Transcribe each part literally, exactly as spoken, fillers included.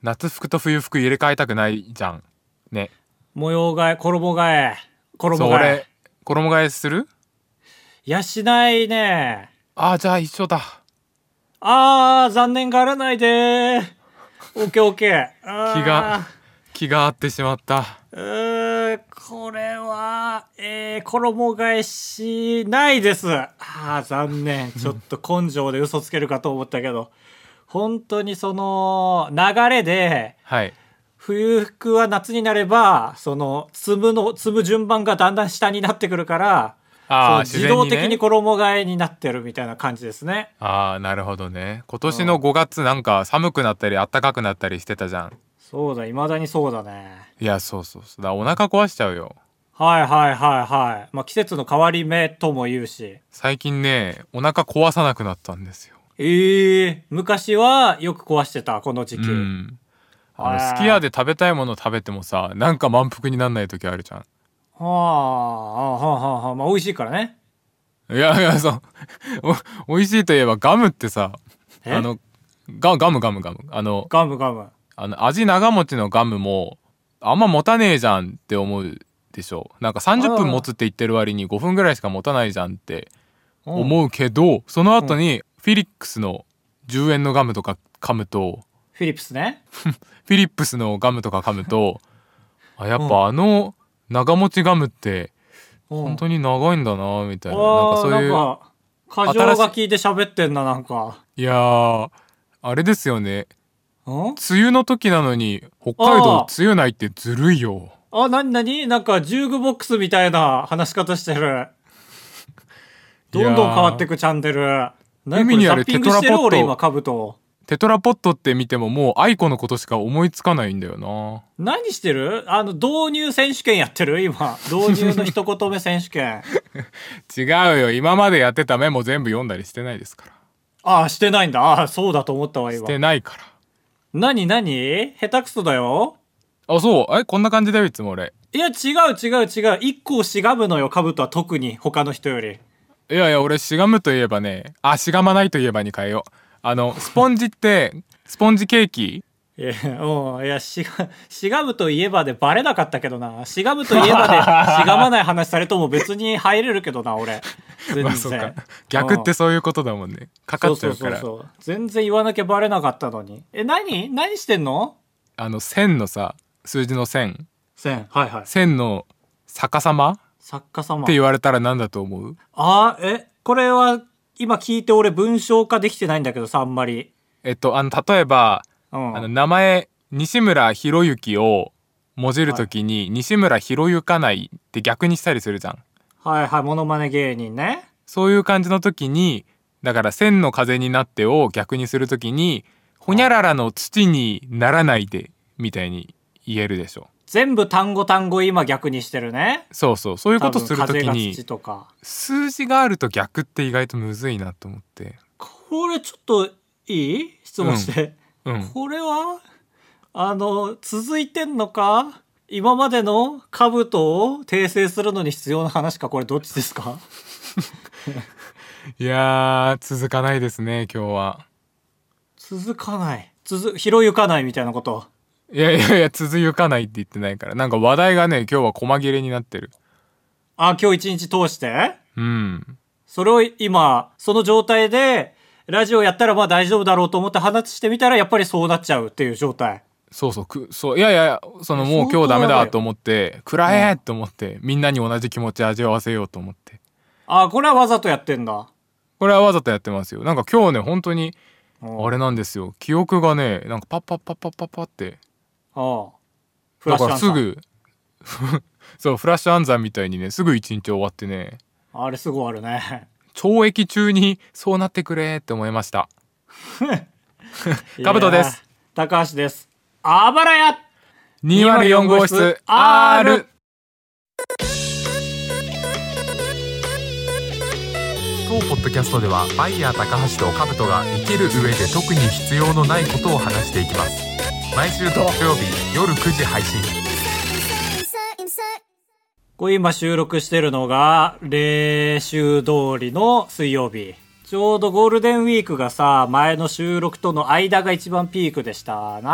夏服と冬服入れ替えたくないじゃんね。 模様替え、衣替え、衣替え。 そう、俺衣替えする？ いや、しないね。 あー、じゃあ一緒だ。 あー、残念がらないでー。オッケーオッケー。 気が気が合ってしまった。 うーこれは、えー、衣替えしないです。あー、残念。ちょっと根性で嘘つけるかと思ったけど、本当にその流れで、 はい。 冬服は夏になれば、その積むの積む順番がだんだん下になってくるから、 ああ、 その自動的に自然にね。 衣替えになってるみたいな感じですね。 ああ、なるほどね。今年のごがつなんか寒くなったり暖かくなったりしてたじゃん。 そうだ、未だにそうだね。 いや、そうそうそう。だからお腹壊しちゃうよ。 はいはいはいはい。まあ季節の変わり目とも言うし。 最近ね、お腹壊さなくなったんですよ。 ええ、昔はよく壊してた、この時期。 うん。あの、 へーすき家で食べたいもの食べてもさ、なんか満腹になんない時あるじゃん。 はあ、はあ、はあ、はあ、まあ美味しいからね。 いやいや、そう。お、美味しいといえばガムってさ、 えあの、ガ、ガムガムガム。あの、 ガムガム。 あの、味長持ちのガムも、あんま持たねえじゃんって思うでしょ。なんかさんじゅっぷん持つって言ってる割にごふんぐらいしか持たないじゃんってうん、 思うけど、その後にフィリックスのじゅうえんのガムとか噛むと、 フィリップスね。 フィリップスのガムとか噛むと、あ、やっぱあの長持ちガムって本当に長いんだなみたいな。なんかそういう。 なんか、過剰書きで喋ってんな、なんか。 いやー、あれですよね。 ん梅雨の時なのに北海道梅雨ないってずるいよ。 あ、なになになんか、ジュークボックスみたいな話し方してる。どんどん変わってくチャンネル。 海にあるテトラポット。 俺今、カブト。 テトラポットって見てももう愛子のことしか思いつかないんだよな。 何してる？あの、導入選手権やってる今。導入の一言目選手権。 違うよ。今までやってたメモ全部読んだりしてないですから。 ああ、してないんだ。ああ、そうだと思ったわ、今。 してないから。 何何下手くそだよ。 あ、そう。え、こんな感じだよ、いつも俺。 いや、違う違う違う。一個をしがむのよ、カブトは特に、他の人より。 いやいや、俺しがむといえばね、あ、しがまないといえばに変えよう。あの、スポンジって、スポンジケーキいや、うん、いや、しが、しがむといえばでバレなかったけどな。しがむといえばで、しがまない話されても別に入れるけどな、俺。全然。 まあそうか。逆ってそういうことだもんね。かかっちゃうから。 そうそうそうそう。全然言わなきゃバレなかったのに。え、何何してんの？ あの、線のさ、数字の線。 線。はいはい。 線の逆さま作家様。 って言われたら何だと思う？ あー、え、これは、今聞いて俺文章化できてないんだけどさ、あんまり。 えっと、あの、例えば、 うん。 あの、名前、西村博之をもじるときに、はい、西村博之かないって逆にしたりするじゃん。 はいはい、モノマネ芸人ね。 そういう感じの時に、だから千の風になってを逆にするときに、ほにゃららの土にならないで、みたいに言えるでしょ。 全部単語単語今逆にしてるね。 そうそう、そういうことするときに、 風が土とか数字があると逆って意外とむずいなと思って。 これちょっといい？質問して。 うん。うん、 これはあの、続いてんのか？今までの兜を訂正するのに必要な話か？これどっちですか？ いやー、続かないですね、今日は。 続かない。続、広ゆかないみたいなこと。 いやいやいや、続ゆかないって言ってないから。なんか話題がね、今日は細切れになってる。 あ、今日一日通して？ うん。 それを今、その状態で、ラジオやったらまあ大丈夫だろうと思って話してみたら、やっぱりそうなっちゃうっていう状態。 そうそう、く、そう、いやいや、そのもう今日ダメだと思って、食らえと思って、みんなに同じ気持ち味わわせようと思って。 あ、これはわざとやってんだ。 これはわざとやってますよ。なんか今日ね、本当に、あれなんですよ。記憶がね、なんかパッパッパッパッパッパって。 ああ。フラッシュだからすぐ、そう、フラッシュ暗算みたいにね、すぐ一日終わってね。 あれすぐあるね。 懲役中にそうなってくれって思いました。カブトです。 高橋です。あばらやにひゃくよん号室 R。当ポッドキャストではバイヤー高橋とカブトが生きる上で特に必要のないことを話していきます。毎週土曜日夜くじ配信。 これ今収録してるのが例週通りの水曜日。ちょうどゴールデンウィークがさ、前の収録との間が一番ピークでしたな。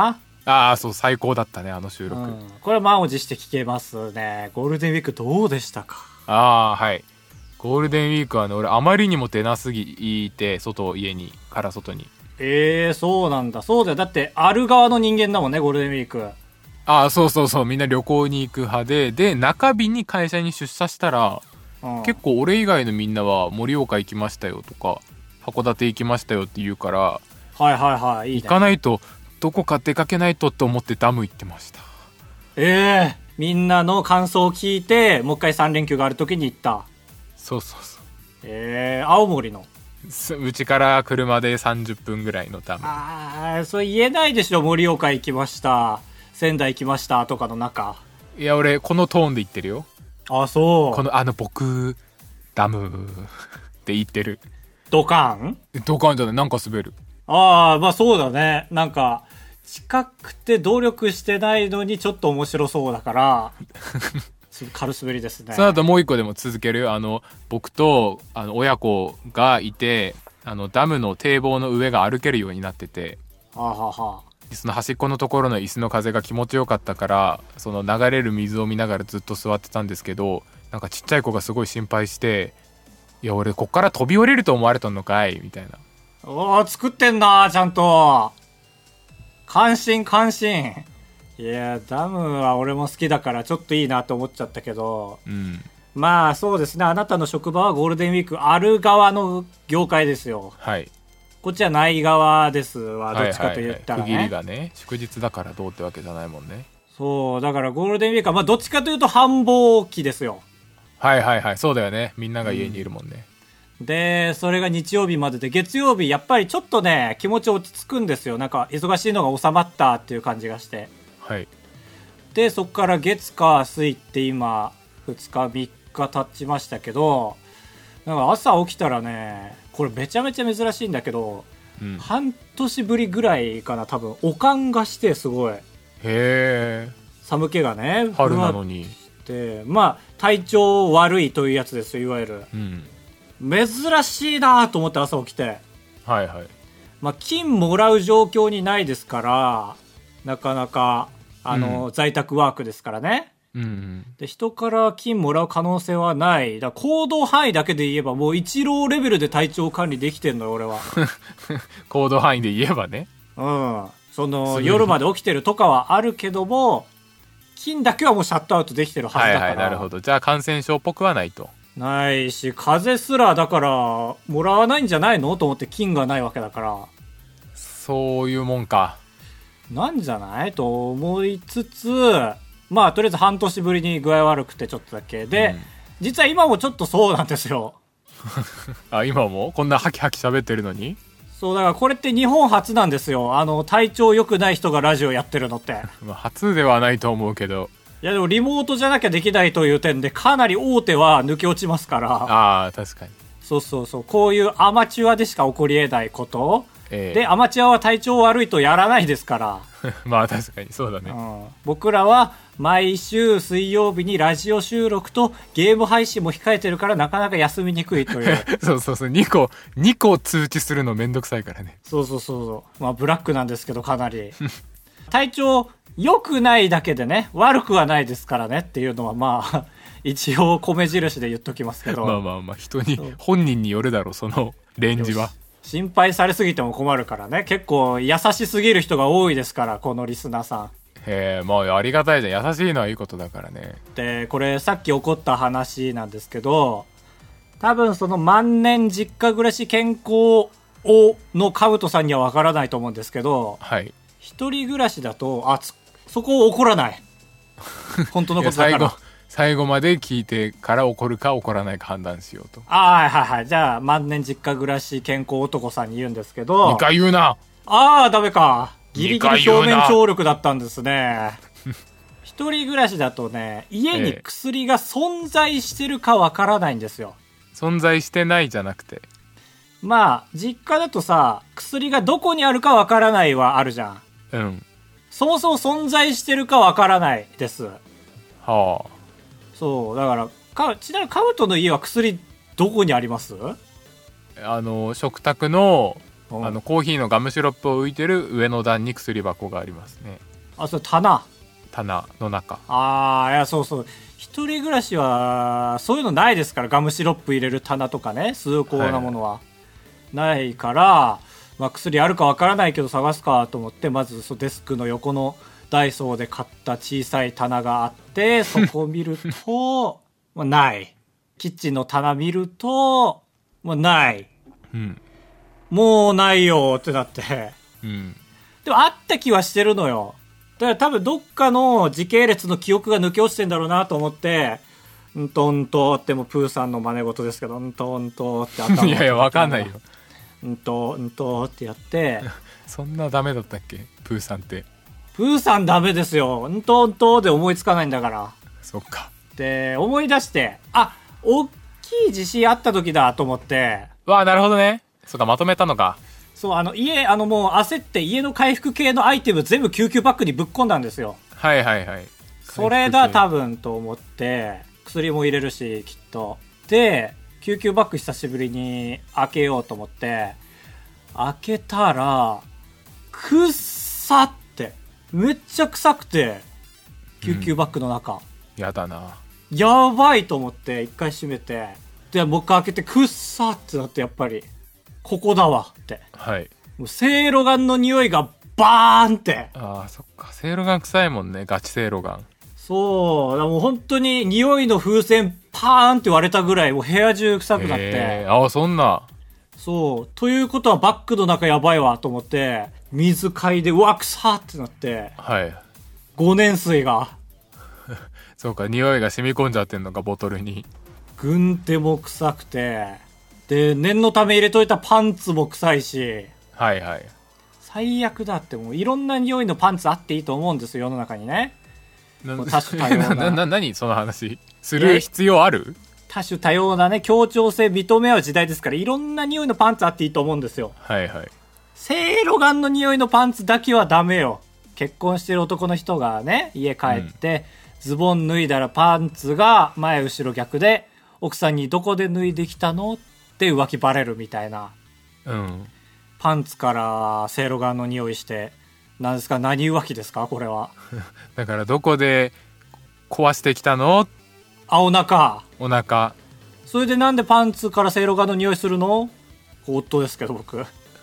ああそう最高だったねあの収録、 うん、これは満を持して聞けますね。ゴールデンウィークどうでしたか？ ああはいゴールデンウィークはね俺あまりにも出なすぎて外家にから外にえー、そうなんだ。そうだよ。だってある側の人間だもんねゴールデンウィーク。 ああそうそうそうみんな旅行に行く派でで中日に会社に出社したら、うん、結構俺以外のみんなは盛岡行きましたよとか函館行きましたよって言うからはいはいはいいい、ね、 行かないとどこか出かけないとって思ってダム行ってました。 ええー、みんなの感想を聞いてもう一回さん連休がある時に行った。 そうそうそうえー、青森のうちから車でさんじゅっぷんぐらいのダム。 ああそれ言えないでしょ。盛岡行きました仙台行きましたとかの中。 いや俺このトーンで言ってるよ。 あそうこのあの僕ダムって言ってる。 ドカンドカンじゃないなんか滑る。 ああまあそうだね。なんか近くて努力してないのにちょっと面白そうだから軽滑りですね。 その後もう一個でも続けるよ。あの僕とあの親子がいてあのダムの堤防の上が歩けるようになってて、 はあはあはあ、 その端っこのところの椅子の風が気持ちよかったからその流れる水を見ながらずっと座ってたんですけど、なんかちっちゃい子がすごい心配して「いや俺こっから飛び降りると思われたのかい」みたいな。 おー作ってんなちゃんと関心関心。いやダムは俺も好きだからちょっといいなと思っちゃったけど、 うん、 まあそうですね。あなたの職場はゴールデンウィークある側の業界ですよ。 はいこっちはない側ですわ。どっちかと言ったらね、 はいはいはい、区切りがね祝日だからどうってわけじゃないもんね。 そうだからゴールデンウィークはまあどっちかというと繁忙期ですよ。 はいはいはいそうだよね。みんなが家にいるもんね、 うん、でそれが日曜日までで月曜日やっぱりちょっとね気持ち落ち着くんですよ。なんか忙しいのが収まったっていう感じがして、 はい、 でそこから月火水って今ふつかみっか経ちましたけど、なんか朝起きたらねこれめちゃめちゃ珍しいんだけど、うん、半年ぶりぐらいかな多分おかんがしてすごいへえ寒気がね春なのにでまあ体調悪いというやつですよいわゆる、うん、珍しいなと思って朝起きてはいはいまあ金もらう状況にないですからなかなかあの、うん、在宅ワークですからね、うんうん、で人から金もらう可能性はない。だから行動範囲だけで言えばもう一郎レベルで体調管理できてんのよ俺は行動範囲で言えばね、 うんその夜まで起きてるとかはあるけども金だけはもうシャットアウトできてるはずだから、はいはい、 なるほど。じゃあ感染症っぽくはないと。 ないし風邪すらだからもらわないんじゃないのと思って金がないわけだから。 そういうもんかなんじゃないと思いつつ、まあとりあえず半年ぶりに具合悪くてちょっとだけで、うん、実は今もちょっとそうなんですよあ今もこんなハキハキ喋ってるのに。 そうだからこれって日本初なんですよ。あの体調良くない人がラジオやってるのってまあ初ではないと思うけど、 いやでもリモートじゃなきゃできないという点でかなり大手は抜け落ちますから。 ああ確かにそうそうそうこういうアマチュアでしか起こり得ないことええ、 でアマチュアは体調悪いとやらないですからまあ確かにそうだね、 うん、僕らは毎週水曜日にラジオ収録とゲーム配信も控えてるからなかなか休みにくいというそうそうそうにこにこ通知するのめんどくさいからね。 そうそうそうそうまあブラックなんですけどかなり体調良くないだけでね悪くはないですからねっていうのはまあ一応米印で言っときますけどまあまあまあ人に本人によるだろうそのレンジは。 心配されすぎても困るからね。結構優しすぎる人が多いですからこのリスナーさん。 へえまあありがたいじゃん。優しいのはいいことだからね。 でこれさっき起こった話なんですけど多分その万年実家暮らし健康をのカブトさんにはわからないと思うんですけど、 はい、 一人暮らしだとあそこ怒らない本当のことだから最後まで聞いてから怒るか怒らないか判断しようと。 あはいはいはいじゃあ万年実家暮らし健康男さんに言うんですけど。 にかい言うな。 ああダメかギリギリ表面張力だったんですね一人暮らしだとね家に薬が存在してるかわからないんですよ、 ええ、存在してないじゃなくてまあ実家だとさ薬がどこにあるかわからないはあるじゃん。 うんそもそも存在してるかわからないです。 はあそうだからかちなみにカブトの家は薬どこにあります？ あの食卓のあのコーヒーのガムシロップを浮いてる上の段に薬箱がありますね。 あ、それ棚。 棚の中。 ああ、いや、そうそう。一人暮らしは、そういうのないですから、ガムシロップ入れる棚とかね、崇高なものは。はい、ないから、まあ、薬あるかわからないけど探すかと思って、まずそうデスクの横のダイソーで買った小さい棚があって、そこを見ると、まあ、ない。キッチンの棚見ると、まあ、ない。 うん。 もうないよってなって。 うん。 でもあった気はしてるのよ。だから多分どっかの時系列の記憶が抜け落ちてんだろうなと思って、んとんとってもプーさんの真似事ですけど、んとんとって頭いやいや、わかんないよ。 んとんとってやって。 そんなダメだったっけプーさんって。 プーさんダメですよ。んとんとで思いつかないんだから。 そっか。 で、思い出して、あ、大きい地震あった時だと思って。 わあ、なるほどね。そっか、まとめたのか。 そう、あの、家、あのもう焦って家の回復系のアイテム全部救急バッグにぶっ込んだんですよ。 はいはいはい。 それだ多分と思って、薬も入れるし、きっと。で、救急バッグ久しぶりに開けようと思って、開けたら、くっさって、めっちゃ臭くて、救急バッグの中。うん、 やだな。 やばいと思って、一回閉めて、で、もう一回開けて、くっさってなって、やっぱり、ここだわって。 はい。 もう、せいろがんの匂いがバーンって。 ああ、そっか。せいろがん臭いもんね、ガチせいろがん。 そう、もう本当に匂いの風船パーンって割れたぐらい、もう部屋中臭くなって。 えー、ああ、そんな。 そう。ということはバッグの中やばいわと思って、水嗅いで、うわ、臭ってなって。 はい。 ごねん水が。 そうか、匂いが染み込んじゃってんのか、ボトルに。 軍手も臭くて、で、念のため入れといたパンツも臭いし。 はいはい。 最悪だって、もういろんな匂いのパンツあっていいと思うんですよ、世の中にね。多種多様な。 な、な、何その話する必要ある？ 多種多様なね、協調性認め合う時代ですから、いろんな匂いのパンツあっていいと思うんですよ。 はいはい。 せいろがんの匂いのパンツだけはダメよ。結婚してる男の人がね、家帰って、うん、ズボン脱いだらパンツが前後ろ逆で、奥さんにどこで脱いできたのって浮気バレるみたいな。 うん。 パンツからせいろがんの匂いして、何ですか、何浮気ですかこれは。 だからどこで壊してきたの？ あ、お腹。 お腹。 それでなんでパンツからせいろがんの匂いするの？夫ですけど僕。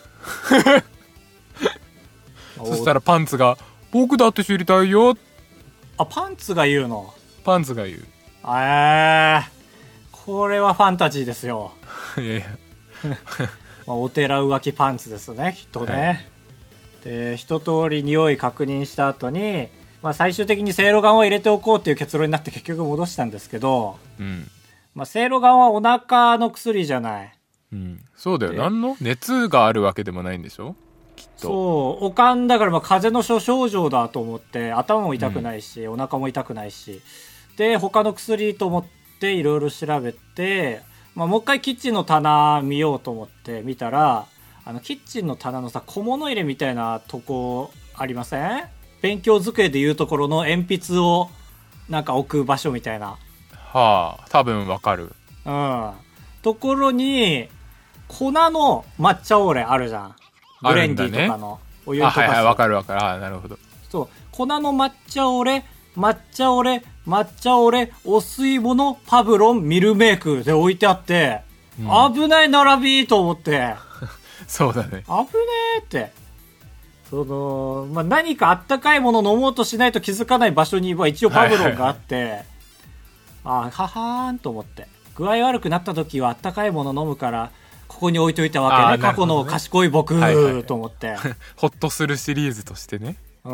そしたらパンツが僕だって知りたいよ。 あ、パンツが言うの？ パンツが言う。 えー、これはファンタジーですよ。 いやいや。 まあ、お寺浮気パンツですね、きっとね。はい、で、一通り匂い確認した後に、まあ、最終的にせいろがんを入れておこうっていう結論になって結局戻したんですけど、 うん。 まあ、せいろがんはお腹の薬じゃない。 うん。そうだよ。何の熱があるわけでもないんでしょ？きっと。 そう。おかんだからまあ風邪の諸症状だと思って、頭も痛くないし、うん、お腹も痛くないし。で、他の薬と思っていろいろ調べて、まあ、もう一回キッチンの棚見ようと思って見たら、あの、キッチンの棚のさ、小物入れみたいなとこありません？勉強机でいうところの鉛筆をなんか置く場所みたいな。 はあ、多分わかる。 うん。ところに、粉の抹茶オーレあるじゃん。ブレンディとかのお湯とか。 あ、はいはい、わかるわかる。あ、なるほど。 そう。粉の抹茶オレ、抹茶オレ、抹茶オレ、お吸い物、パブロン、ミルメイクで置いてあって、うん、危ない並びと思って。 そうだね。 危ねえって。その、まあ、何かあったかいもの飲もうとしないと気づかない場所には一応パブロンがあって、はいはいはい、あははーんと思って。具合悪くなった時はあったかいもの飲むから、ここに置いといたわけね。過去の賢い僕、はいはいはい、と思って。 ホッとするシリーズとしてね。 うん。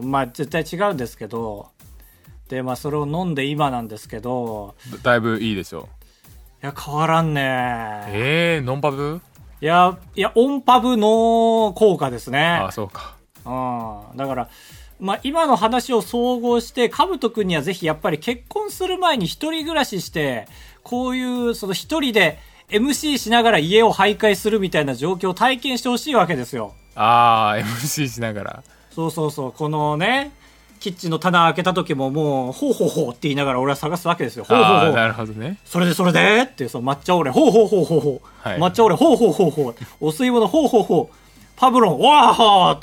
まあ、絶対違うんですけど、で、まあ、それを飲んで今なんですけど。 だいぶいいでしょう。いや、変わらんね。 えー、ノンパブ？ いや、いや、オンパブの効果ですね。 ああ、そうか。 うん。だから、まあ、今の話を総合して、かぶとくんにはぜひやっぱり結婚する前に一人暮らしして、こういう、その一人で エムシー しながら家を徘徊するみたいな状況を体験してほしいわけですよ。 ああ、エムシー しながら。 そうそうそう。このね、キッチンの棚開けた時ももう、ほうほうほうって言いながら俺は探すわけですよ。ほうほうほう。 ああ、なるほどね。 それでそれでっていう、その抹茶オレ、ほうほうほうほうほう。はい、抹茶オレ、ほうほうほうほう。お吸い物、ほうほうほう。パブロン、わーって。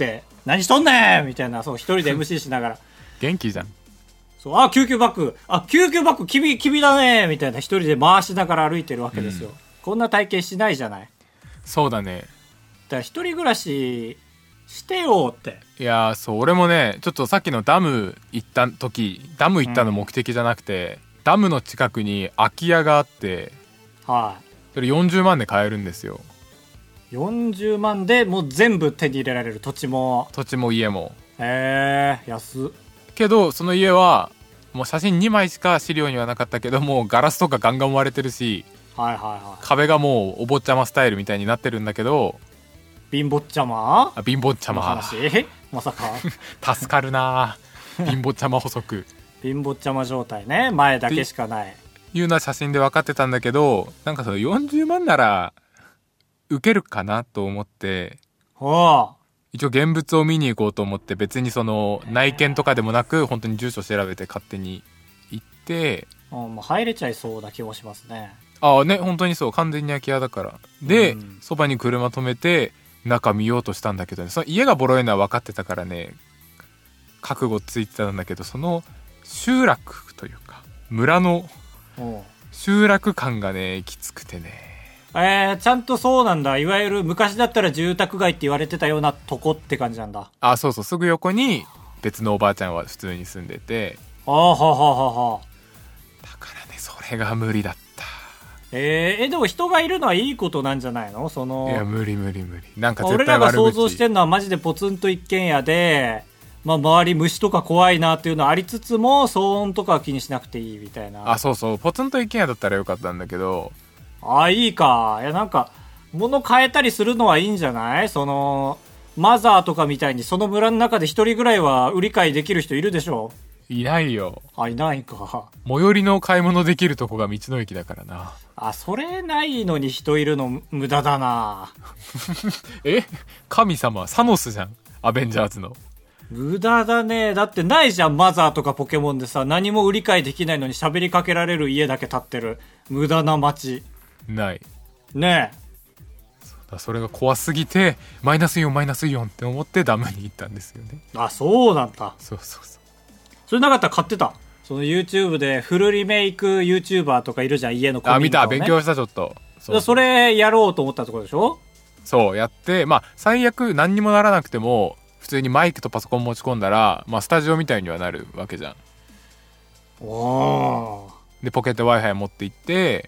何しとんねんみたいな、そう一人で エムシー しながら元気じゃん。 そう、あ、救急バッグ、あ、救急バッグ、君、君だねみたいな、一人で回しながら歩いてるわけですよ。うん、こんな体験しないじゃない。 そうだね。 だから一人暮らししてよって。 いやー、そう、俺もね、ちょっとさっきのダム行った時、ダム行ったの目的じゃなくて、うん、ダムの近くに空き家があって、 はい。 それよんじゅうまんで買えるんですよ。 よんじゅうまんでもう全部手に入れられる、土地も。 土地も家も。 へえ、安っ。 けどその家はもう写真にまいしか資料にはなかったけども、ガラスとかガンガン割れてるし、 はいはいはい、 壁がもうお坊ちゃまスタイルみたいになってるんだけど。 貧乏ちゃま、 あ、貧乏ちゃま話まさか助かるな貧乏ちゃま補足貧乏ちゃま状態ね、前だけしかないいうな写真で分かってたんだけど、なんかそのよんじゅうまんなら受けるかなと思って、 はあ、 一応現物を見に行こうと思って、別にその内見とかでもなく本当に住所調べて勝手に行って、 うん、もう入れちゃいそうな気もしますね。 ああね、本当にそう、完全に空き家だから。で、そば、うん、に車止めて中見ようとしたんだけどね、その家がボロいのは分かってたからね、覚悟ついてたんだけど、その集落というか村の集落感がねきつくてね。 えー、ちゃんとそうなんだ。いわゆる昔だったら住宅街って言われてたようなとこって感じなんだ。 あ、そうそう、すぐ横に別のおばあちゃんは普通に住んでて。 ああ、はははは。 だからね、それが無理だった。 えー、えでも人がいるのはいいことなんじゃないの？その、 いや、無理無理無理。なんか絶対悪口。 俺らが想像してるのはマジでポツンと一軒家で、まあ、周り虫とか怖いなっていうのありつつも騒音とかは気にしなくていいみたいな。 あ、そうそう、ポツンと一軒家だったらよかったんだけど。 ああ、いいか。いや、なんか物変えたりするのはいいんじゃない？そのマザーとかみたいにその村の中で一人ぐらいは売り買いできる人いるでしょ？ いないよ。 あ、いないか。 最寄りの買い物できるとこが道の駅だからな。 あ、それないのに人いるの無駄だなえ、神様サノスじゃん、アベンジャーズの。 無駄だね。だってないじゃん、マザーとかポケモンでさ、何も売り買いできないのに喋りかけられる家だけ建ってる無駄な街ないねえ。 そ, それが怖すぎてマイナスよんマイナスよんって思ってダムに行ったんですよね。 あ、そうなんだ。 そうそうそう。 それなかったら買ってた？その YouTube でフルリメイク YouTuber とかいるじゃん、家の古民家を、ね、 あ、見た、勉強したちょっと。 そうそう、それやろうと思ったところでしょ？ そうやって、まあ最悪何にもならなくても普通にマイクとパソコン持ち込んだら、まあ、スタジオみたいにはなるわけじゃん。 おー。 でポケット Wi-Fi 持って行って、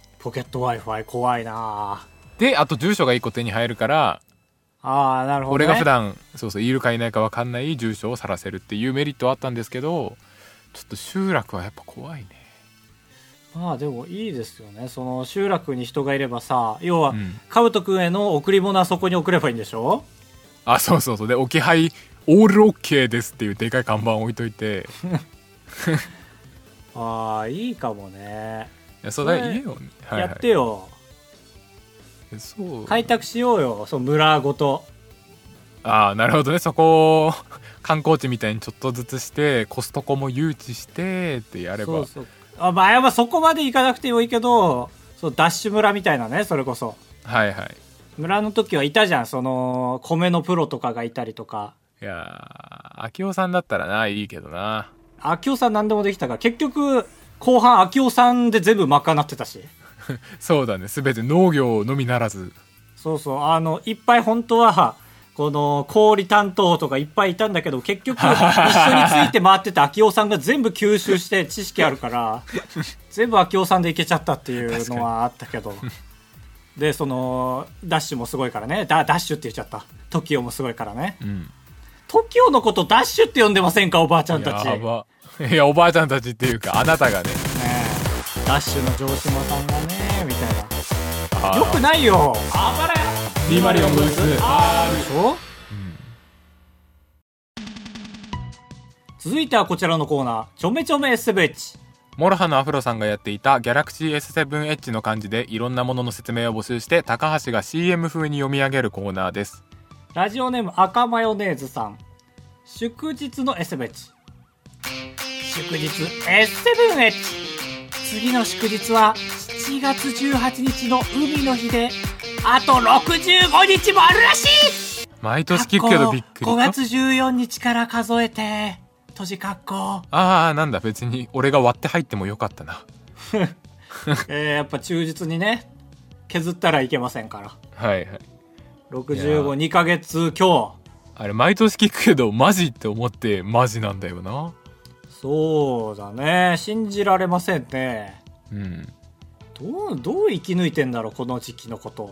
ポケット Wi-Fi 怖いな。 であと住所がいい個手に入るから、 ああ、なるほど、ね、 俺が普段そうそういるかいないか分かんない住所を晒せるっていうメリットはあったんですけど、ちょっと集落はやっぱ怖いね。 まあでもいいですよね。その集落に人がいればさ、要は、うん、カブトくんへの贈り物はそこに送ればいいんでしょ？ あ、そうそうそう。で置き配オールオッケーですっていうでかい看板を置いといてああ、いいかもね。 いや、そうだ、家を、 はいはい、やってよ。 そう開拓しようよ、その村ごと。 ああ、なるほどね。そこを観光地みたいにちょっとずつしてコストコも誘致してってやれば。 そうそう。あ、まあ、まあそこまで行かなくてもいいけど、そうダッシュ村みたいなね、それこそ。 はいはい。 村の時はいたじゃん、その米のプロとかがいたりとか。 いやー、秋夫さんだったらないいけどな。 秋夫さん何でもできたから、結局後半秋夫さんで全部賄ってたしそうだね、全て農業のみならず。 そうそう、あのいっぱい本当はこの氷担当とかいっぱいいたんだけど、結局一緒について回ってて秋夫さんが全部吸収して知識あるから全部秋夫さんでいけちゃったっていうのはあったけどでそのダッシュもすごいからね、ダ, ダッシュって言っちゃった。トキオもすごいからね、うん、トキオのことダッシュって呼んでませんか、おばあちゃんたち。 やば。いや、おばあちゃんたちっていうかあなたがね。ねえ、ダッシュの城島さんがねみたいな。よくないよ。あばらやにーまるよんブース R でしょ、うん、続いてはこちらのコーナー、ちょめちょめ エスセブンエイチ。 モロハのアフロさんがやっていたギャラクシー エスセブンエイチ の漢字でいろんなものの説明を募集して高橋が シーエム 風に読み上げるコーナーです。 ラジオネーム赤マヨネーズさん。祝日の エスセブンエイチ。祝日 エスセブンエイチ。次の祝日はしちがつじゅうはちにちの海の日で、あとろくじゅうごにちもあるらしい。 毎年聞くけどびっくり。 ごがつじゅうよっかから数えて閉じ括弧。 ああ、なんだ、別に俺が割って入ってもよかったな。 えー、やっぱ忠実にね削ったらいけませんから。 はいはい。 ろくじゅうご、にかげつ今日。 あれ毎年聞くけどマジって思ってマジなんだよな。 そうだね、信じられませんね。 うん。 どうどう生き抜いてんだろうこの時期のこと。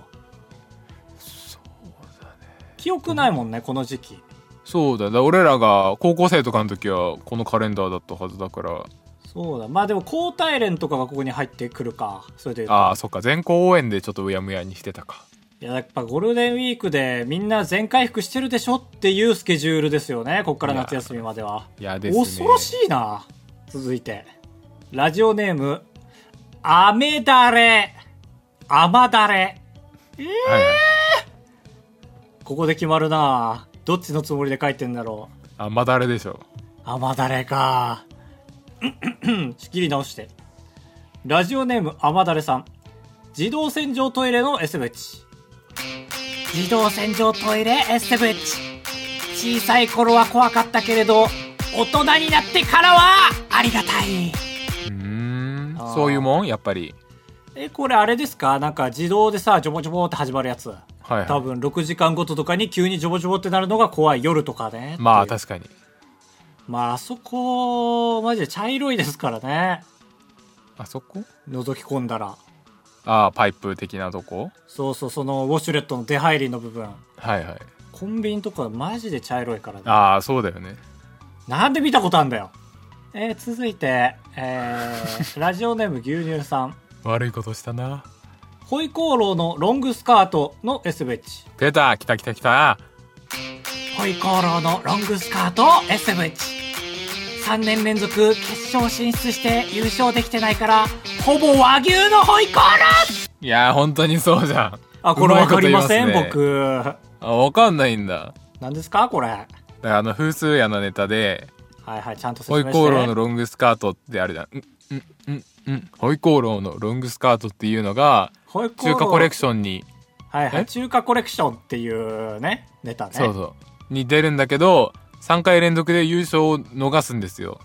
そうだね。 記憶ないもんねこの時期。 そうだ、だ俺らが高校生とかの時はこのカレンダーだったはずだから。 そうだ、まあでも高体連とかがここに入ってくるか。それで言うと、 ああそっか、全校応援でちょっとうやむやにしてたか。 いややっぱゴールデンウィークでみんな全回復してるでしょっていうスケジュールですよね、こっから夏休みまでは。 いやですね、 恐ろしいな。続いてラジオネームアメダレアマダレ。えーはいはい、 ここで決まるな。どっちのつもりで書いてんだろう。 あまだれでしょ。 アマダレか。仕切り直して。ラジオネームアマダレさん。自動洗浄トイレの エスエフエイチ。自動洗浄トイレ エスエフエイチ。小さい頃は怖かったけれど大人になってからはありがたい。 うーん、そういうもんやっぱり。 えこれあれですか、なんか自動でさジョボジョボって始まるやつ。 はいはい、 多分ろくじかんごととかに急にジョボジョボってなるのが怖い、夜とかね。 まあ確かに。 まああそこマジで茶色いですからね。 あそこ覗き込んだら。 ああパイプ的なとこ。 そうそう、そのウォシュレットの出入りの部分。 はいはい。 コンビニとかマジで茶色いからね。 ああそうだよね。 なんで見たことあんだよ。えー、続いて、えー、ラジオネーム牛乳さん。 悪いことしたな。 ホイコーローのロングスカートの エスエフエイチ。 出た、来た来た来た。 ホイコーローのロングスカート エスエフエイチ。さんねん連続決勝進出して優勝できてないからほぼ和牛のホイコーロー。 いやー本当にそうじゃん。 あ、これわかりません、 うまいこと言いますね。 僕。 あ、わかんないんだ。 何ですかこれ。だからあの風数屋のネタで、 はいはい、ちゃんと説明して。 ホイコーローのロングスカートってあるじゃん。うんうんうんうん。ホイコーローのロングスカートっていうのが中華コレクションに、 はいはい、中華コレクションっていうねネタね。 そうそうに出るんだけど、さんかい連続で優勝を逃すんですよ。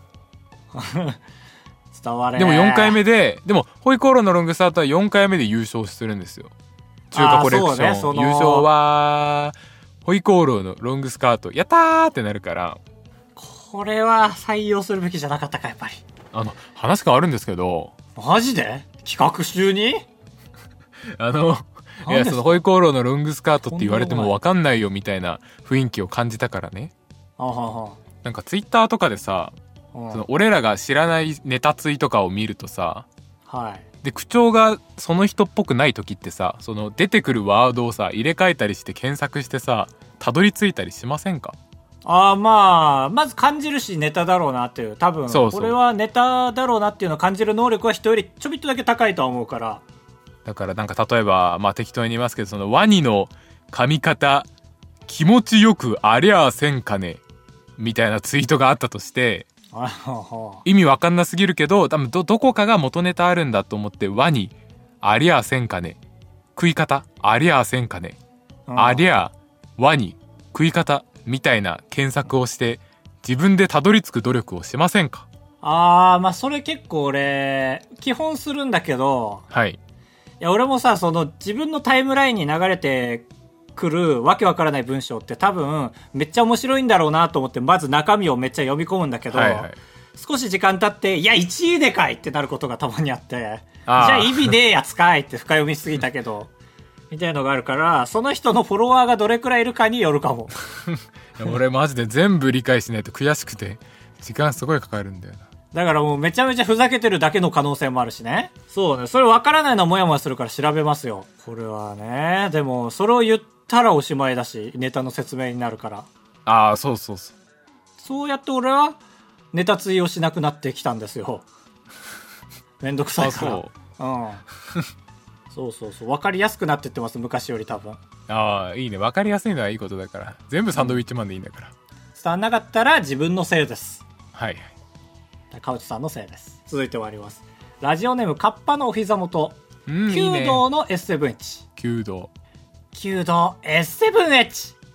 伝われ。 でもよんかいめで、でもホイコーローのロングスカートはよんかいめで優勝するんですよ。中華コレクション、ね、優勝はホイコーローのロングスカート、やったーってなるから。 これは採用するべきじゃなかったか。やっぱりあの話変わるんですけど。 マジで企画中にあのいや、そのホイコーローのロングスカートって言われても分かんないよみたいな雰囲気を感じたからね。 あはは。 なんかツイッターとかでさ、うん、その俺らが知らないネタツイとかを見るとさ、 はい、 で口調がその人っぽくない時ってさ、その出てくるワードをさ入れ替えたりして検索してさ、たどり着いたりしませんか？ ああ、まあまず感じるしネタだろうなっていう、多分そうそう、 これはネタだろうなっていうのを感じる能力は人よりちょびっとだけ高いとは思うから。 だからなんか例えばまあ適当に言いますけど、そのワニの噛み方気持ちよくありゃあせんかねみたいなツイートがあったとして、意味わかんなすぎるけど、多分 ど, どこかが元ネタあるんだと思って、ワニありゃあせんかね、食い方ありゃあせんかね、ありゃあワニ食い方みたいな検索をして自分でたどり着く努力をしませんか？ あー、まあそれ結構俺基本するんだけど、 はい、 いや俺もさ、その自分のタイムラインに流れてくるわけわからない文章って多分めっちゃ面白いんだろうなと思ってまず中身をめっちゃ読み込むんだけど、はいはい、少し時間経っていやいちいでかいってなることがたまにあって、あじゃあ意味ねえやつかいって深読みしすぎたけどみたいなのがあるから、その人のフォロワーがどれくらいいるかによるかも。 いや俺マジで全部理解しないと悔しくて時間すごいかかるんだよな。 だからもうめちゃめちゃふざけてるだけの可能性もあるしね。そうね、それ分からないのはモヤモヤするから調べますよ。これはね、でもそれを言ったらおしまいだし、ネタの説明になるから。ああ、そうそうそう。 そうやって俺はネタ追をしなくなってきたんですよ。めんどくさいから。あ、そう。うん。そうそうそう。分かりやすくなってってます、昔より多分。 ああ、いいね。分かりやすいのはいいことだから。全部サンドウィッチマンでいいんだから。伝わんなかったら自分のせいです。 はいはい。 川内さんのせいです。続いて終わります。ラジオネームカッパのお膝元、 うん、 弓道の エスセブンエイチ。 弓道弓道 エスセブンエイチ。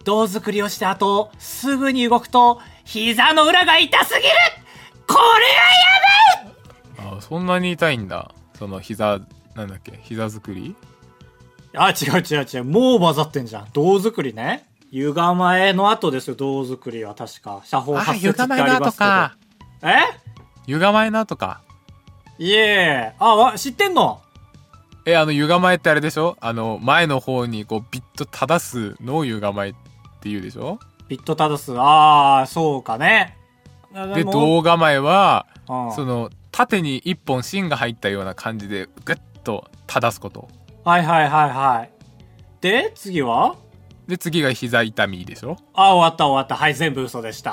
胴作りをした後すぐに動くと膝の裏が痛すぎる。これはやばい。 あ、そんなに痛いんだ。その膝なんだっけ、膝作り。 あ、違う違う違う、もう混ざってんじゃん。胴作りね。湯構えの後ですよ、胴作りは。確か写法八節ってありますけど。え湯構えの後か。 いえ、あ、わ、知ってんの？ え、あの湯構えってあれでしょ、あの前の方にこうビッと正すのを湯構えって言うでしょ。 ビッと正す。ああ、そうかね。 で胴構えは、 うん、 その縦に一本芯が入ったような感じでグッと正すこと。 はいはいはいはい。で次はで次が膝痛みでしょ。 あ、終わった終わった。はい、全部嘘でした。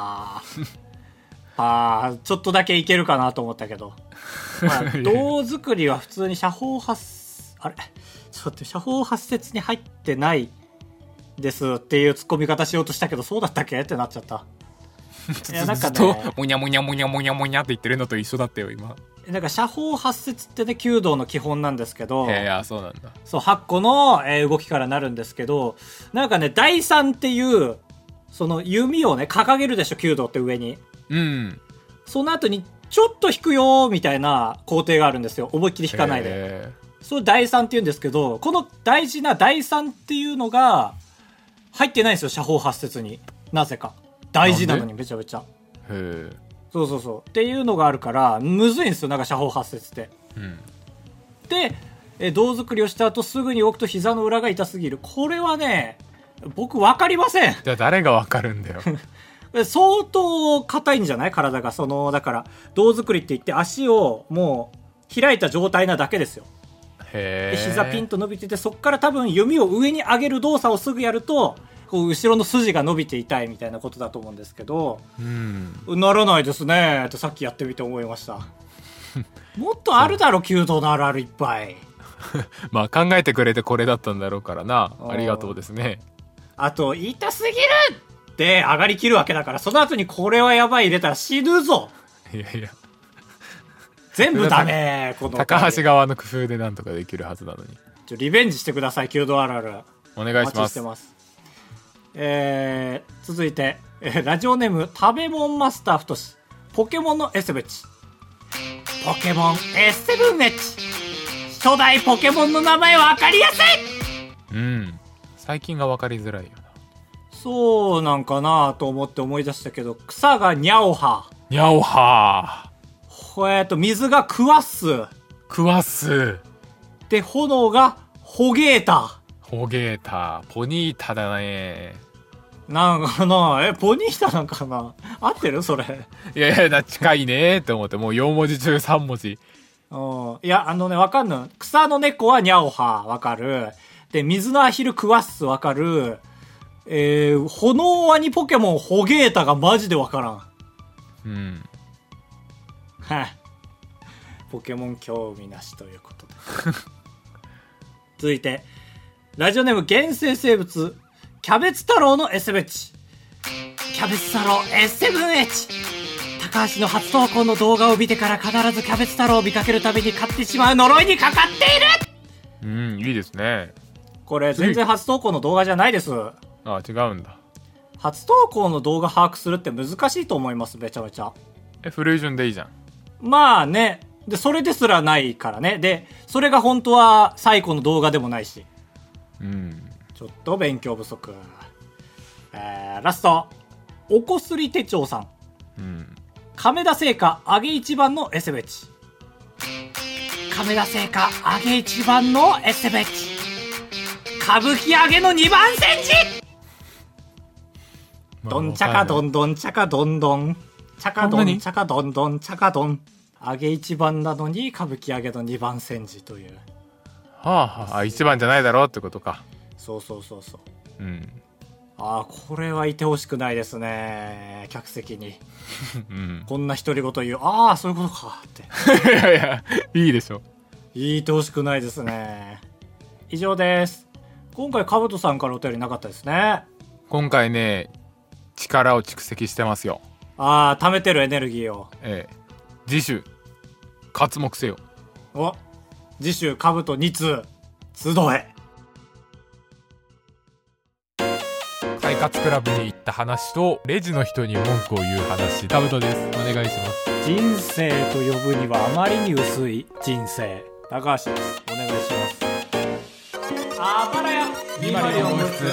あー、ちょっとだけいけるかなと思ったけど、まあ、胴作りは普通に写法八あれちょっと待って、写法八節に入ってないですっていうツッコミ方しようとしたけど、そうだったっけってなっちゃった。いやなんかね、 ずっともにゃもにゃもにゃもにゃもにゃって言ってるのと一緒だったよ今。 なんか写法八節ってね、弓道の基本なんですけど、 へえ、あ、そうなんだ。 そう、はっこの、えー動きからなるんですけど、なんかね、第三っていうその弓をね掲げるでしょ、弓道って上に。 うん。 その後にちょっと引くよみたいな工程があるんですよ。思いっきり引かないで。それ第三って言うんですけど、この大事な第三っていうのが入ってないんですよ、写法八節に。なぜか大事なのにめちゃめちゃ。へえ。 そうそうそうっていうのがあるからむずいんですよ、なんか写法八節って。 うん、で、 え胴作りをした後すぐに動くと膝の裏が痛すぎる。これはね、僕分かりません。 じゃあ誰が分かるんだよ。 相当硬いんじゃない、体が。そのだから胴作りって言って足をもう開いた状態なだけですよ。 へで膝ピンと伸びてて、そっから多分弓を上に上げる動作をすぐやるとこう後ろの筋が伸びて痛いみたいなことだと思うんですけど、 うん、 ならないですねってさっきやってみて思いました。もっとあるだろ、弓道のあるあるいっぱい。 まあ考えてくれてこれだったんだろうからな。ありがとうですね。 あと痛すぎるって上がりきるわけだから、その後にこれはやばい入れたら死ぬぞ。 いやいや、 全部ダメ。この高橋側の工夫でなんとかできるはずなのに。 ちょリベンジしてください、弓道あるある。 お願いします。 お待ちしてます。えー、続いて、えー、ラジオネーム食べ物マスター太し。ポケモンの エス ベッチ。ポケモン エスセブンエッジ。初代ポケモンの名前分かりやすい。 うん、最近が分かりづらいよな。 そうなんかなと思って思い出したけど、草がニャオハ。 ニャオハー。えっと水がクワッス。 クワッス。 で炎がホゲータ。 ホゲータ、ポニータだね。 なんかな、えポニータなんかな、合ってるそれ。 いやいや、近いねって思って、もうよん文字中さん文字。 うん、いやあのね、わかんない。草の猫はニャオハわかる。で水のアヒルクワッスわかる。えー、炎ワニポケモンホゲータがマジでわからん。 うん。 はい。ポケモン興味なしということで。続いて、ラジオネーム原生生物、キャベツ太郎の エス ベッチ。キャベツ太郎 エスセブンエッジ。高橋の初投稿の動画を見てから必ずキャベツ太郎を見かけるたびに買ってしまう呪いにかかっていうる。 ん、いいですね。 これ全然初投稿の動画じゃないです。 あ、違うんだ。 初投稿の動画把握するって難しいと思います、めちゃめちゃ。 え、古い順でいいじゃん。 まあね。で、それですらないからね。で、それが本当は最古の動画でもないし。 うん。 ちょっと勉強不足。えー、ラスト。おこすり手帳さん。 うん。 亀田製菓揚げ一番のエセベチ。亀田製菓揚げ一番のエセベチ。歌舞伎揚げのにばん煎じ。どんちゃかどんどんちゃかどんどん。ちゃかどんちゃかどんどんちゃかどん。揚げ一番なのに歌舞伎揚げのにばん煎じという。 はあはあ、一番じゃないだろうってことか。 そうそうそうそう。 うん。 ああ、これはいてほしくないですね、客席に。うん、こんな独り言言う。ああ、そういうことかって。 いやいや、いいでしょ。 言いてほしくないですね。以上です。今回カブトさんからお便りなかったですね。 今回ね、力を蓄積してますよ。 ああ、貯めてるエネルギーを。 ええ。次週刮目せよ。 お、次週カブトに通集え。 快活クラブに行った話とレジの人に文句を言う話。タブトです。お願いします。 人生と呼ぶにはあまりに薄い人生。高橋です。お願いします。あばらやにまるよん号室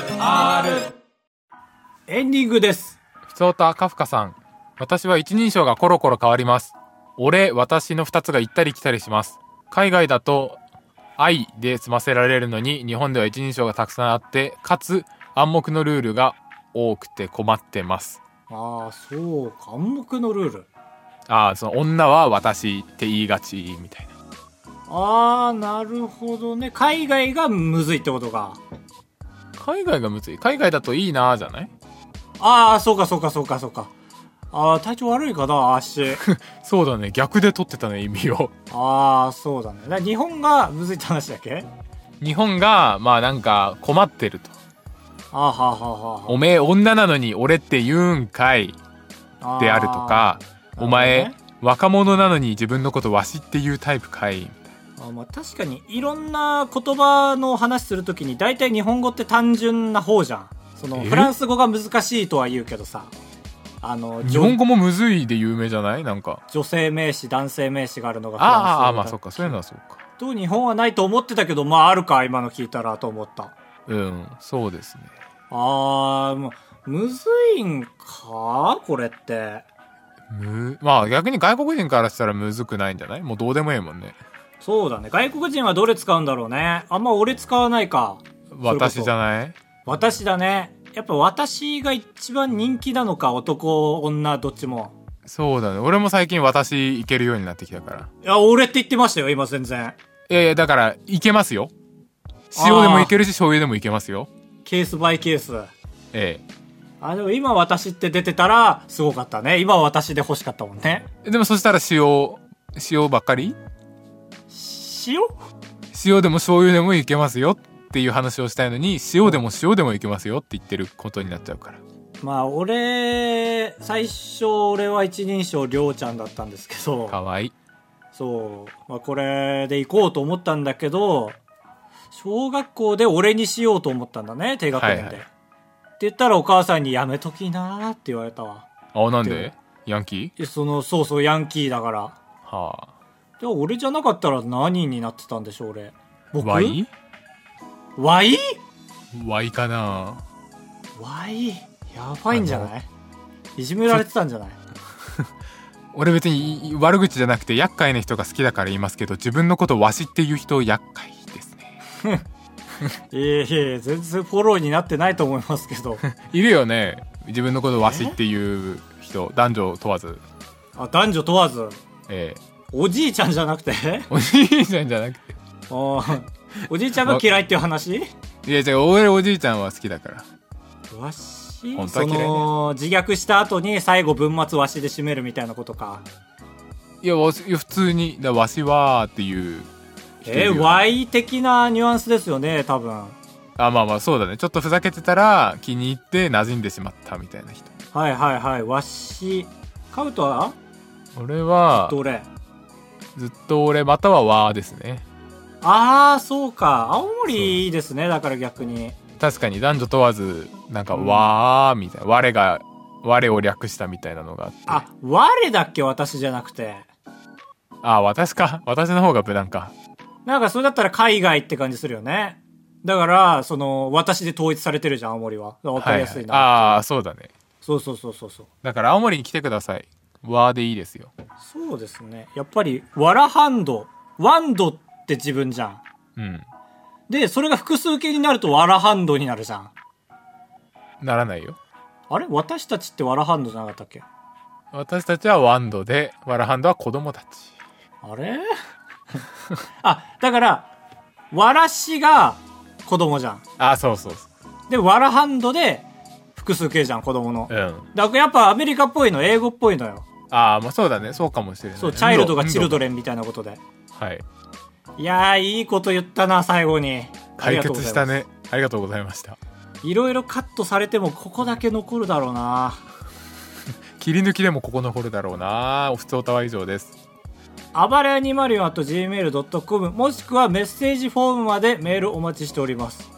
R。 エンディングです。 ふつおたカフカさん、私は一人称がコロコロ変わります。俺、私のふたつが行ったり来たりします。海外だと愛で済ませられるのに、日本では一人称がたくさんあって、かつ暗黙のルールが多くて困ってます。 ああ、そうか、暗黙のルール。 ああ、その女は私って言いがちみたいな。 ああ、なるほどね。海外がむずいってことか。 海外がむずい。海外だといいなーじゃない？ ああ、そうかそうかそうかそうか。ああ、体調悪いかな、足。 そうだね、逆で取ってたね、意味を。 ああ、そうだね。だから日本がむずいって話だっけ？ 日本がまあなんか困ってると。 あーはーはーはーはー。 おめえ女なのに俺って言うんかいであるとか、お前、 ね、 若者なのに自分のことわしっていうタイプかい。 あ、まあ、確かにいろんな言葉の話するときに大体日本語って単純な方じゃん。そのフランス語が難しいとは言うけどさ、あの日本語もむずいで有名じゃない？なんか女性名詞男性名詞があるのがフランス語だ。 ああ、まあそっか、そういうのはそうか。 と日本はないと思ってたけど、まああるか、今の聞いたらと思った。 うん、そうですね。 あー、もうむずいんかこれって。 むまあ逆に外国人からしたらむずくないんじゃない？もうどうでもいいもんね。 そうだね。外国人はどれ使うんだろうね。あんま俺使わないか。 私じゃない？ 私だね。やっぱ私が一番人気なのか、男女どっちも。 そうだね、俺も最近私いけるようになってきたから。 いや、俺って言ってましたよ今全然。 いやいや、だからいけますよ。塩でもいけるし醤油でもいけますよ。 ケースバイケース。 ええ。 あ、でも今私って出てたらすごかったね。今私で欲しかったもんね。 でもそしたら塩塩ばっかり？ 塩？ 塩でも醤油でもいけますよっていう話をしたいのに、塩でも塩でもいけますよって言ってることになっちゃうから。 まあ俺最初俺は一人称りょうちゃんだったんですけど、 かわいい。 そう、まあ、これで行こうと思ったんだけど、小学校で俺にしようと思ったんだね、低学年で、はいはい、って言ったらお母さんにやめときなーって言われたわ。 あ、なんで？ヤンキー？そのそうそうヤンキーだから。はあ。じゃあ俺じゃなかったら何になってたんでしょう俺。僕？ワイ？ワイ？ ワイかな。 ワイやばいんじゃない？いじめられてたんじゃない？ 俺別に悪口じゃなくて厄介な人が好きだから言いますけど、自分のことわしっていう人厄介ですね。 いえいえ、全然フォローになってないと思いますけど。 いるよね、自分のことわしっていう人、男女問わず。 あ、男女問わず。 ええ。 おじいちゃんじゃなくて？おじいちゃんじゃなくて。 あ、おじいちゃんが嫌いっていう話？いや違う、俺おじいちゃんは好きだから。 わし本当は嫌いね。 その自虐した後に最後文末わしで締めるみたいなことか。 いや、わしいや普通にだわしはっていう人いるよ。 えー、ワイ的なニュアンスですよね多分。 あ、まあまあそうだね、ちょっとふざけてたら気に入って馴染んでしまったみたいな人。 はいはいはい。わしカウトは？ 俺はずっと俺ずっと俺またはわーですね。 ああ、そうか、青森いいですね。だから逆に確かに男女問わずなんかわーみたいな、我が我を略したみたいなのがあって。 あ、我だっけ？私じゃなくて。 あ、私か。私の方が無難か。 なんかそれだったら海外って感じするよね。だからその私で統一されてるじゃん青森は。分かりやすいな、 はいはい、ああそうだね。 そうそうそうそうそう。 だから青森に来てください。わーでいいですよ。 そうですね。やっぱりわらハンドワンドって自分じゃん。うん。でそれが複数形になるとわらハンドになるじゃん。 ならないよ。 あれ、私たちってわらハンドじゃなかったっけ？ 私たちはワンドで、わらハンドは子供たち。 あれあ、だからわらしが子供じゃん。 あ、そうそうそう。 でわらハンドで複数形じゃん子供の。うん。だからやっぱアメリカっぽいの、英語っぽいのよ。 ああ、まあそうだね、そうかもしれない。 そう、チャイルドがチルドレンみたいなことで。はい。いやー、いいこと言ったな最後に。 解決したね。ありがとうございました。 いろいろカットされてもここだけ残るだろうな。 切り抜きでもここ残るだろうな。ふつおたは以上です。 あばれや にまるよん アット ジーメール ドット コム もしくはメッセージフォームまでメールお待ちしております。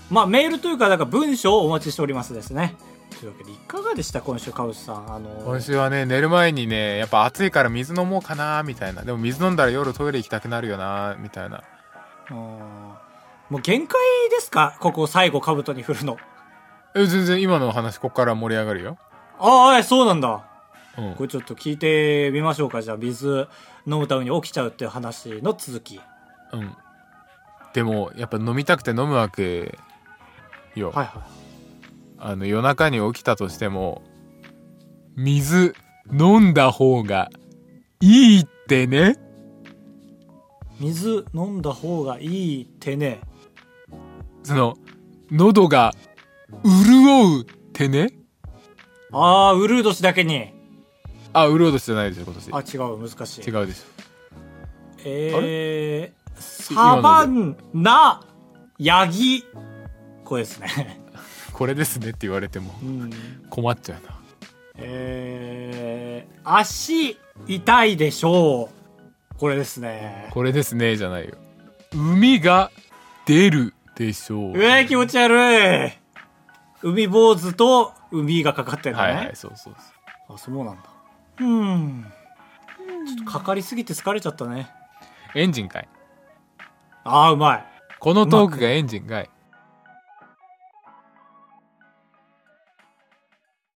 まあメールというかなんか文章をお待ちしておりますですね。というわけでいかがでした今週、カウスさん。あのー、 今週はね、寝る前にね、やっぱ暑いから水飲もうかなみたいな。でも水飲んだら夜トイレ行きたくなるよなみたいな。 うん、もう限界ですか、ここ最後カブトに振るの。 え、全然今の話こっから盛り上がるよ。 ああ、そうなんだ。 うん、 これちょっと聞いてみましょうか。じゃあ水飲むために起きちゃうっていう話の続き。 うん。でもやっぱ飲みたくて飲むわけよ。 はいはい。 あの夜中に起きたとしても水飲んだ方がいいってね。 水飲んだ方がいいってね。 その喉が潤うってね。 ああ、ウルー年だけに。 あ、潤う年じゃないですよ今年。 あ、違う、難しい。 違うでしょ。 えー、サバンナヤギ、これですね。 これですねって言われても困っちゃうな。 えー、足痛いでしょう、これですね。 これですねじゃないよ。海が出るでしょう。 うえー、気持ち悪い。海坊主と海がかかってるのね。 はいはい、そうそうそう。あ、そうなんだ。うんちょっとかかりすぎて疲れちゃったね。 エンジンかい。 あー、うまい。 このトークがエンジンかい。